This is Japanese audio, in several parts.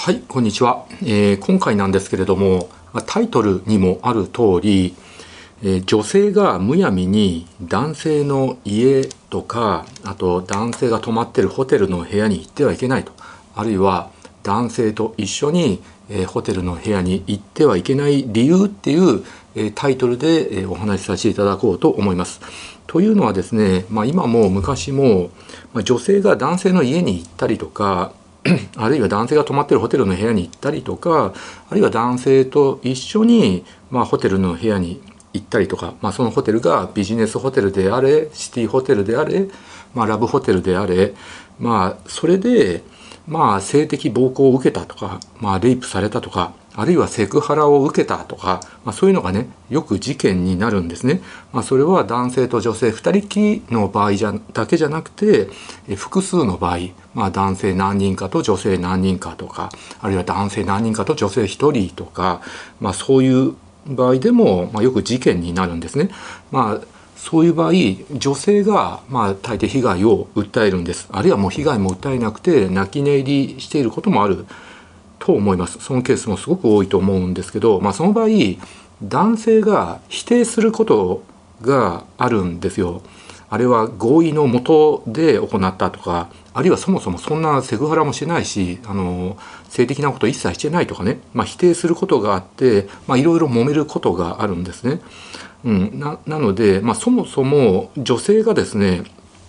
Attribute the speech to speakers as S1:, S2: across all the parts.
S1: はい、こんにちは。今回なんですけれども、タイトルにもある通り、女性がむやみに男性の家とか、あと男性が泊まってるホテルの部屋に行ってはいけないと、あるいは男性と一緒に、ホテルの部屋に行ってはいけない理由っていう、タイトルで、お話しさせていただこうと思います。というのはですね、今も昔も、女性が男性の家に行ったりとかあるいは男性が泊まっているホテルの部屋に行ったりとか、あるいは男性と一緒に、ホテルの部屋に行ったりとか、そのホテルがビジネスホテルであれ、シティホテルであれ、ラブホテルであれ、それで、性的暴行を受けたとか、レイプされたとか、あるいはセクハラを受けたとか、そういうのがね、よく事件になるんですね。それは男性と女性2人きりの場合だけじゃなくて、複数の場合、男性何人かと女性何人かとか、あるいは男性何人かと女性1人とか、そういう場合でも、よく事件になるんですね。そういう場合、女性が大抵被害を訴えるんです。あるいはもう被害も訴えなくて泣き寝入りしていることもあると思います。そのケースもすごく多いと思うんですけど、その場合男性が否定することがあるんですよ。あれは合意のもとで行ったとか、あるいはそもそもそんなセクハラもしないし、性的なこと一切してないとかね、否定することがあって、いろいろ揉めることがあるんですね。なので、そもそも女性がですね、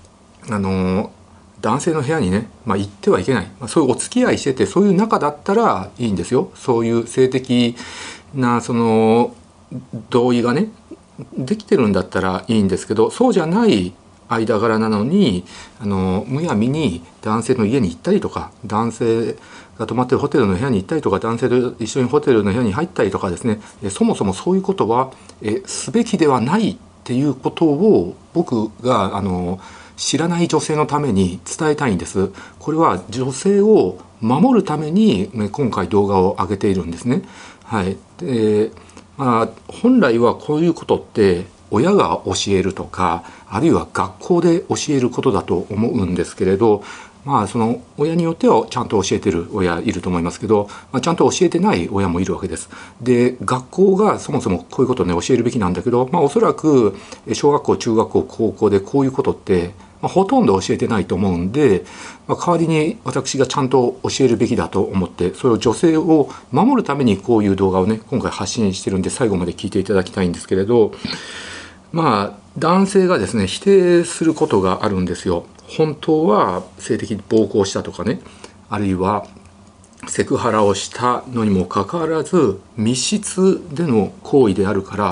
S1: 男性の部屋にね、行ってはいけない、そういうお付き合いしてて、そういう仲だったらいいんですよ。そういう性的なその同意がねできてるんだったらいいんですけど、そうじゃない間柄なのにむやみに男性の家に行ったりとか、男性が泊まってるホテルの部屋に行ったりとか、男性と一緒にホテルの部屋に入ったりとかですね、そもそもそういうことはすべきではないっていうことを僕が知らない女性のために伝えたいんです。これは女性を守るために今回動画を上げているんですね。はい。で、本来はこういうことって親が教えるとか、あるいは学校で教えることだと思うんですけれど、その親によってはちゃんと教えてる親いると思いますけど、ちゃんと教えてない親もいるわけです。で、学校がそもそもこういうことをね教えるべきなんだけど、おそらく小学校中学校高校でこういうことってほとんど教えてないと思うんで、代わりに私がちゃんと教えるべきだと思って、それを女性を守るためにこういう動画をね今回発信してるんで、最後まで聞いていただきたいんですけれど、男性がですね否定することがあるんですよ。本当は性的暴行したとかね、あるいはセクハラをしたのにもかかわらず密室での行為であるから、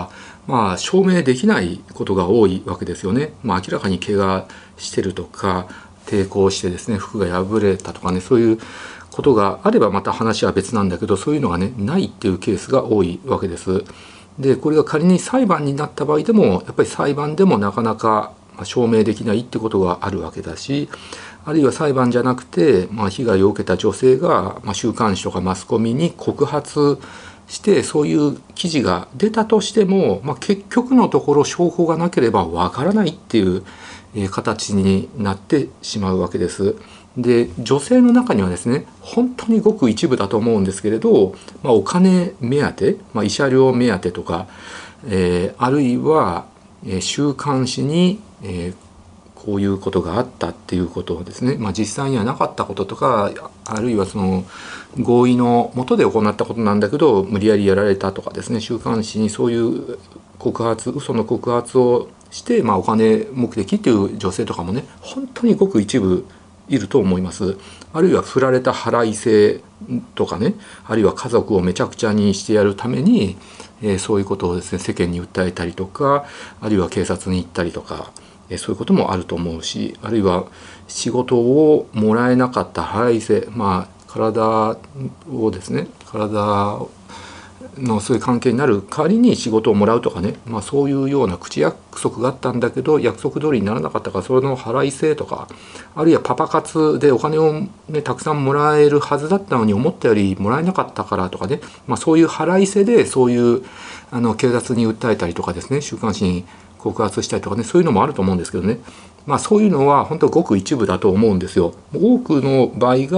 S1: 証明できないことが多いわけですよね。明らかに怪我してるとか、抵抗してですね服が破れたとかね、そういうことがあればまた話は別なんだけど、そういうのがねないっていうケースが多いわけです。で、これが仮に裁判になった場合でも、やっぱり裁判でもなかなか証明できないってことがあるわけだし、あるいは裁判じゃなくて、被害を受けた女性が、週刊誌とかマスコミに告発してそういう記事が出たとしても、結局のところ証拠がなければわからないっていう形になってしまうわけです。で、女性の中にはですね本当にごく一部だと思うんですけれど、お金目当て、慰謝料目当てとか、あるいは、週刊誌に、こういうことがあったっていうことをですね、実際にはなかったこととか、あるいはその合意のもとで行ったことなんだけど無理やりやられたとかですね、週刊誌にそういう嘘の告発をして、お金目的っていう女性とかもね本当にごく一部いると思います。あるいは振られた腹いせとかね、あるいは家族をめちゃくちゃにしてやるために、そういうことをですね世間に訴えたりとか、あるいは警察に行ったりとか、そういうこともあると思うし、あるいは仕事をもらえなかった腹いせ、体をですね、体のそういう関係になる代わりに仕事をもらうとかね、そういうような口約束があったんだけど約束通りにならなかったから、それの払いせとか、あるいはパパ活でお金を、たくさんもらえるはずだったのに思ったよりもらえなかったからとかね、そういう払いせでそういう警察に訴えたりとかですね、週刊誌に告発したりとかね、そういうのもあると思うんですけどね、そういうのは本当ごく一部だと思うんですよ。多くの場合が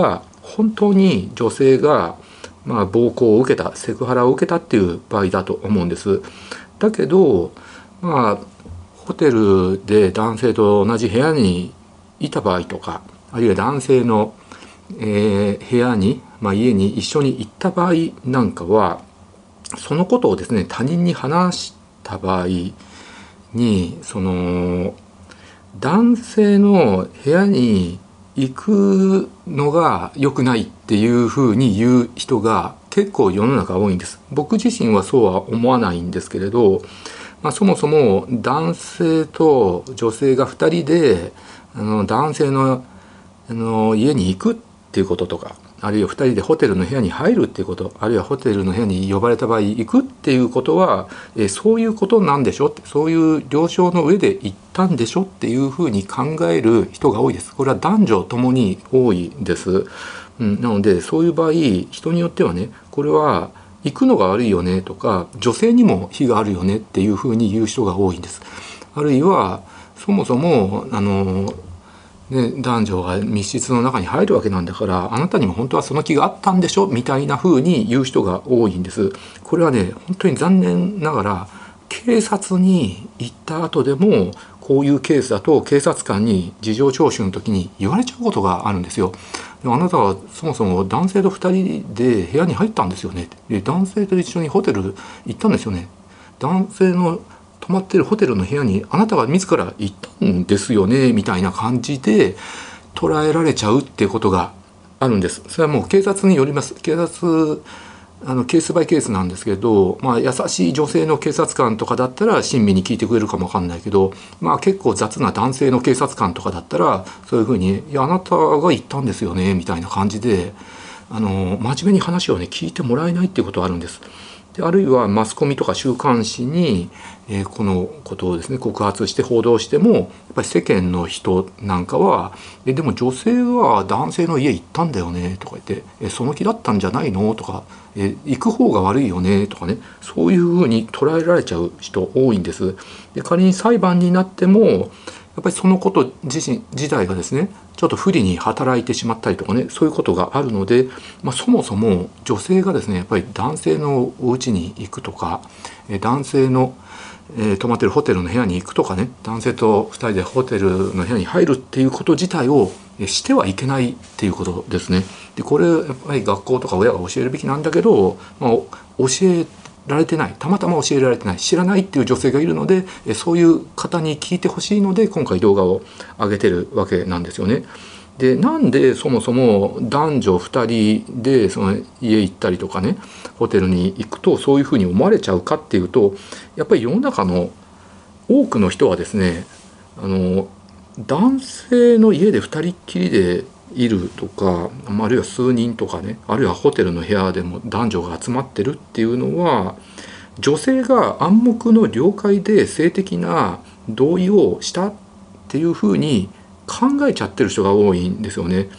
S1: 本当に女性が暴行を受けた、セクハラを受けたっていう場合だと思うんです。だけどホテルで男性と同じ部屋にいた場合とか、あるいは男性の、部屋に、家に一緒に行った場合なんかは、そのことをですね他人に話した場合に、その男性の部屋に行くのが良くないっていうふうに言う人が結構世の中多いんです。僕自身はそうは思わないんですけれど、そもそも男性と女性が2人で男性の家に行くっていうこととか、あるいは2人でホテルの部屋に入るっていうこと、あるいはホテルの部屋に呼ばれた場合行くっていうことは、そういうことなんでしょって、そういう了承の上で行ったんでしょっていうふうに考える人が多いです。これは男女ともに多いです。なのでそういう場合、人によってはね、これは行くのが悪いよねとか、女性にも非があるよねっていうふうに言う人が多いんです。あるいはそもそも男女が密室の中に入るわけなんだから、あなたにも本当はその気があったんでしょみたいな風に言う人が多いんです。これはね、本当に残念ながら警察に行った後でもこういうケースだと警察官に事情聴取の時に言われちゃうことがあるんですよ。あなたはそもそも男性と2人で部屋に入ったんですよね。で、男性と一緒にホテル行ったんですよね。男性の泊まってるホテルの部屋にあなたが自ら行ったんですよねみたいな感じで捉えられちゃうっていうことがあるんです。それはもう警察によります。警察ケースバイケースなんですけど、優しい女性の警察官とかだったら親身に聞いてくれるかもわかんないけど、結構雑な男性の警察官とかだったらそういうふうに「いやあなたが言ったんですよね」みたいな感じで真面目に話をね聞いてもらえないっていうことがあるんです。であるいはマスコミとか週刊誌に、このことをですね告発して報道しても、やっぱり世間の人なんかは「でも女性は男性の家行ったんだよね」とか言って「その気だったんじゃないの?」とか「行く方が悪いよね」とかね、そういうふうに捉えられちゃう人多いんです。で仮に裁判になってもやっぱりそのこと自体がですねちょっと不利に働いてしまったりとかね、そういうことがあるので、そもそも女性がですねやっぱり男性のお家に行くとか、男性の、泊まってるホテルの部屋に行くとかね、男性と2人でホテルの部屋に入るっていうこと自体をしてはいけないっていうことですね。でこれやっぱり学校とか親が教えるべきなんだけど、教えられてない、たまたま教えられてない、知らないっていう女性がいるので、そういう方に聞いてほしいので今回動画を上げてるわけなんですよね。でなんでそもそも男女2人でその家行ったりとかねホテルに行くとそういうふうに思われちゃうかっていうと、やっぱり世の中の多くの人はですね男性の家で2人っきりでいるとか、あるいは数人とかね、あるいはホテルの部屋でも男女が集まってるっていうのは、女性が暗黙の了解で性的な同意をしたっていうふうに考えちゃってる人が多いんですよね。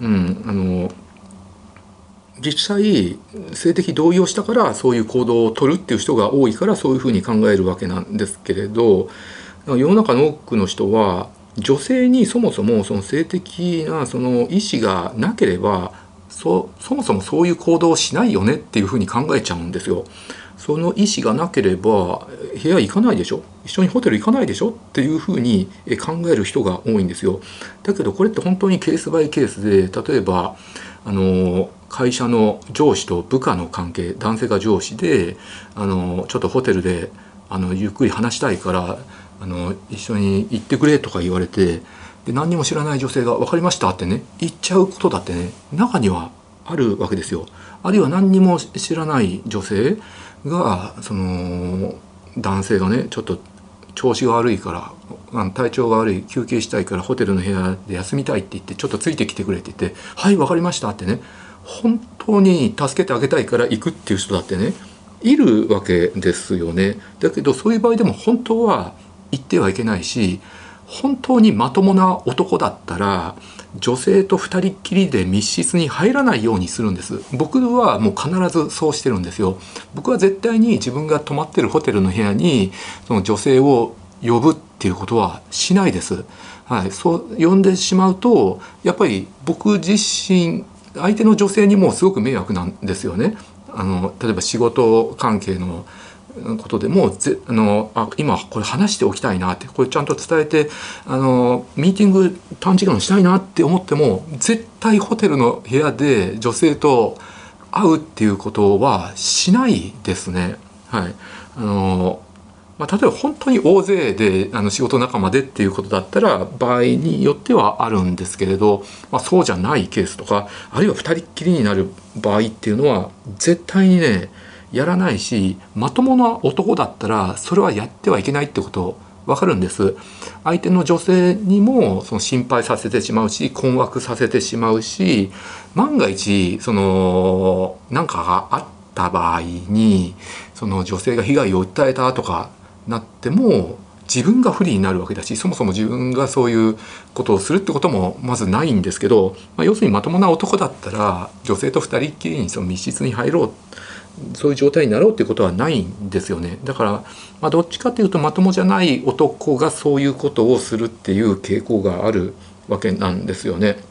S1: 実際性的同意をしたからそういう行動を取るっていう人が多いからそういうふうに考えるわけなんですけれど、世の中の多くの人は女性にそもそもその性的なその意思がなければそもそもそういう行動をしないよねっていうふうに考えちゃうんですよ。その意思がなければ部屋行かないでしょ、一緒にホテル行かないでしょっていうふうに考える人が多いんですよ。だけどこれって本当にケースバイケースで、例えば会社の上司と部下の関係、男性が上司でちょっとホテルでゆっくり話したいから一緒に行ってくれとか言われて、で何にも知らない女性が「分かりました」ってね言っちゃうことだってね中にはあるわけですよ。あるいは何にも知らない女性がその男性がねちょっと調子が悪いから体調が悪い休憩したいからホテルの部屋で休みたいって言ってちょっとついてきてくれって言って「はい分かりました」ってね、本当に助けてあげたいから行くっていう人だってねいるわけですよね。だけどそういう場合でも本当は行ってはいけないし、本当にまともな男だったら女性と2人っきりで密室に入らないようにするんです。僕はもう必ずそうしてるんですよ。僕は絶対に自分が泊まってるホテルの部屋にその女性を呼ぶっていうことはしないです。はい、そう呼んでしまうとやっぱり僕自身相手の女性にもすごく迷惑なんですよね。例えば仕事関係のことでも今これ話しておきたいなって、これちゃんと伝えてミーティング短時間したいなって思っても、絶対ホテルの部屋で女性と会うっていうことはしないですね。はい。例えば本当に大勢で仕事仲間でっていうことだったら場合によってはあるんですけれど、そうじゃないケースとか、あるいは二人っきりになる場合っていうのは絶対にねやらないし、まともな男だったらそれはやってはいけないってこと分かるんです。相手の女性にもその心配させてしまうし、困惑させてしまうし、万が一何かがあった場合にその女性が被害を訴えたとかなっても自分が不利になるわけだし、そもそも自分がそういうことをするってこともまずないんですけど、要するにまともな男だったら女性と二人っきりにその密室に入ろう、そういう状態になろうっていうことはないんですよね。だから、どっちかというとまともじゃない男がそういうことをするっていう傾向があるわけなんですよね。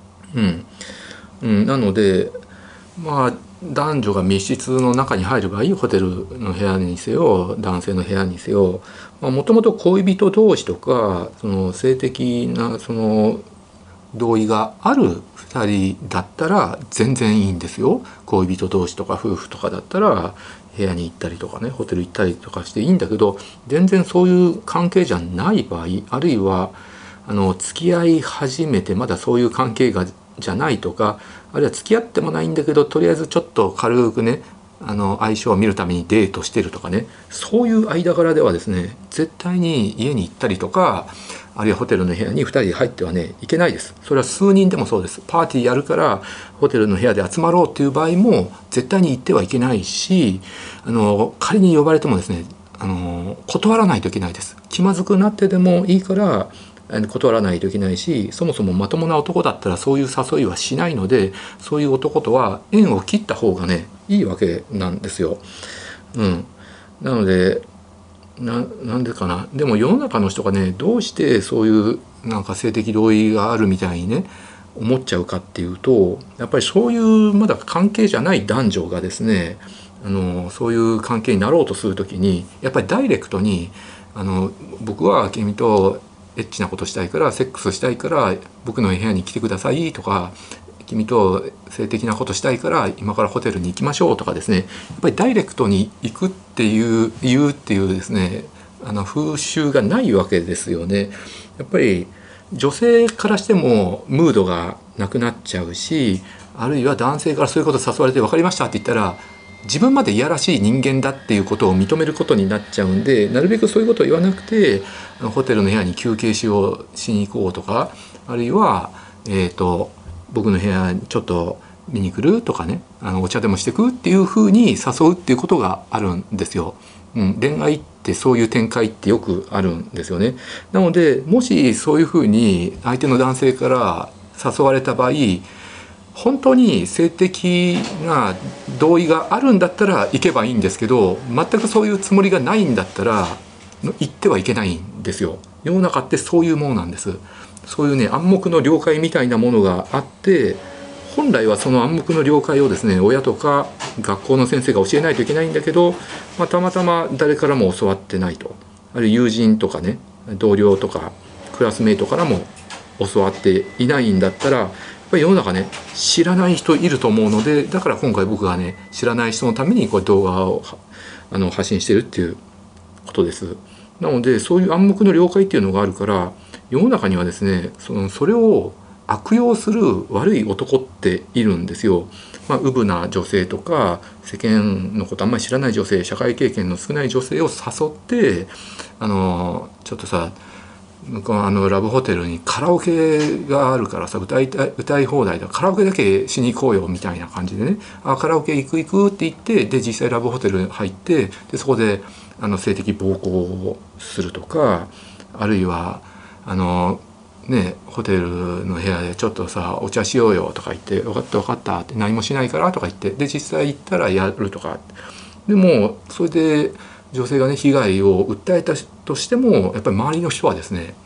S1: なので男女が密室の中に入る場合、ホテルの部屋にせよ男性の部屋にせよ、もともと恋人同士とかその性的なその同意がある2人だったら全然いいんですよ。恋人同士とか夫婦とかだったら部屋に行ったりとかね、ホテル行ったりとかしていいんだけど、全然そういう関係じゃない場合、あるいは付き合い始めてまだそういう関係じゃないとか、あるいは付き合ってもないんだけどとりあえずちょっと軽くね相性を見るためにデートしてるとかね、そういう間柄ではですね絶対に家に行ったりとか、あるいはホテルの部屋に2人で入ってはねいけないです。それは数人でもそうです。パーティーやるからホテルの部屋で集まろうっていう場合も絶対に行ってはいけないし、仮に呼ばれてもですね断らないといけないです。気まずくなってでもいいから断らないといけないし、そもそもまともな男だったらそういう誘いはしないので、そういう男とは縁を切った方がねいいわけなんですよ。なのでなんでかな、でも世の中の人がねどうしてそういうなんか性的同意があるみたいにね思っちゃうかっていうと、やっぱりそういうまだ関係じゃない男女がですねそういう関係になろうとするときにやっぱりダイレクトに僕は君とエッチなことしたいからセックスしたいから僕の部屋に来てくださいとか、君と性的なことしたいから今からホテルに行きましょうとかですね、やっぱりダイレクトに行くっていう言うっていうですね風習がないわけですよね。やっぱり女性からしてもムードがなくなっちゃうし、あるいは男性からそういうこと誘われて分かりましたって言ったら自分までいやらしい人間だっていうことを認めることになっちゃうんで、なるべくそういうことを言わなくてホテルの部屋に休憩しに行こうとか、あるいは僕の部屋にちょっと見に来るとかね、お茶でもしてくっていうふうに誘うっていうことがあるんですよ。恋愛ってそういう展開ってよくあるんですよね。なのでもしそういうふうに相手の男性から誘われた場合、本当に性的な同意があるんだったら行けばいいんですけど、全くそういうつもりがないんだったら行ってはいけないんですよ。世の中ってそういうものなんです。そういうね暗黙の了解みたいなものがあって、本来はその暗黙の了解をですね親とか学校の先生が教えないといけないんだけど、たまたま誰からも教わってないと、あるいは友人とかね同僚とかクラスメートからも教わっていないんだったら、やっぱり世の中ね知らない人いると思うので、だから今回僕がね知らない人のためにこれ動画を発信してるっていうことです。なのでそういう暗黙の了解っていうのがあるから、世の中にはですねそれを悪用する悪い男っているんですよ。うぶな女性とか世間のことあんまり知らない女性、社会経験の少ない女性を誘ってちょっとさ向こうラブホテルにカラオケがあるからさ歌い放題だ、カラオケだけしに行こうよみたいな感じでね、カラオケ行くって言って、で実際ラブホテル入って、でそこで性的暴行をするとか、あるいはホテルの部屋でちょっとさお茶しようよとか言って分かった分かったって何もしないからとか言って、で実際行ったらやるとか、でもそれで女性がね被害を訴えたとしてもやっぱり周りの人はですね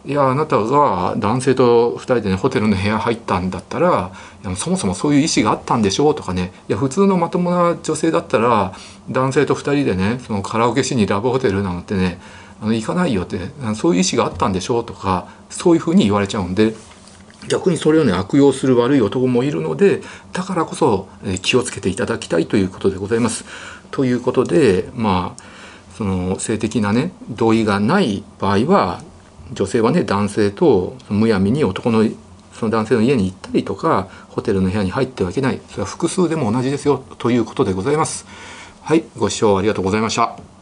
S1: いやあなたが男性と2人でねホテルの部屋入ったんだったらそもそもそういう意思があったんでしょうとかね、いや普通のまともな女性だったら男性と2人でねそのカラオケしにラブホテルなんてね行かないよって、そういう意思があったんでしょうとか、そういうふうに言われちゃうんで、逆にそれをね悪用する悪い男もいるので、だからこそ気をつけていただきたいということでございます。ということでその性的なね同意がない場合は、女性はね男性とむやみにその男性の家に行ったりとかホテルの部屋に入ってはいけない。それは複数でも同じですよということでございます。はい、ご視聴ありがとうございました。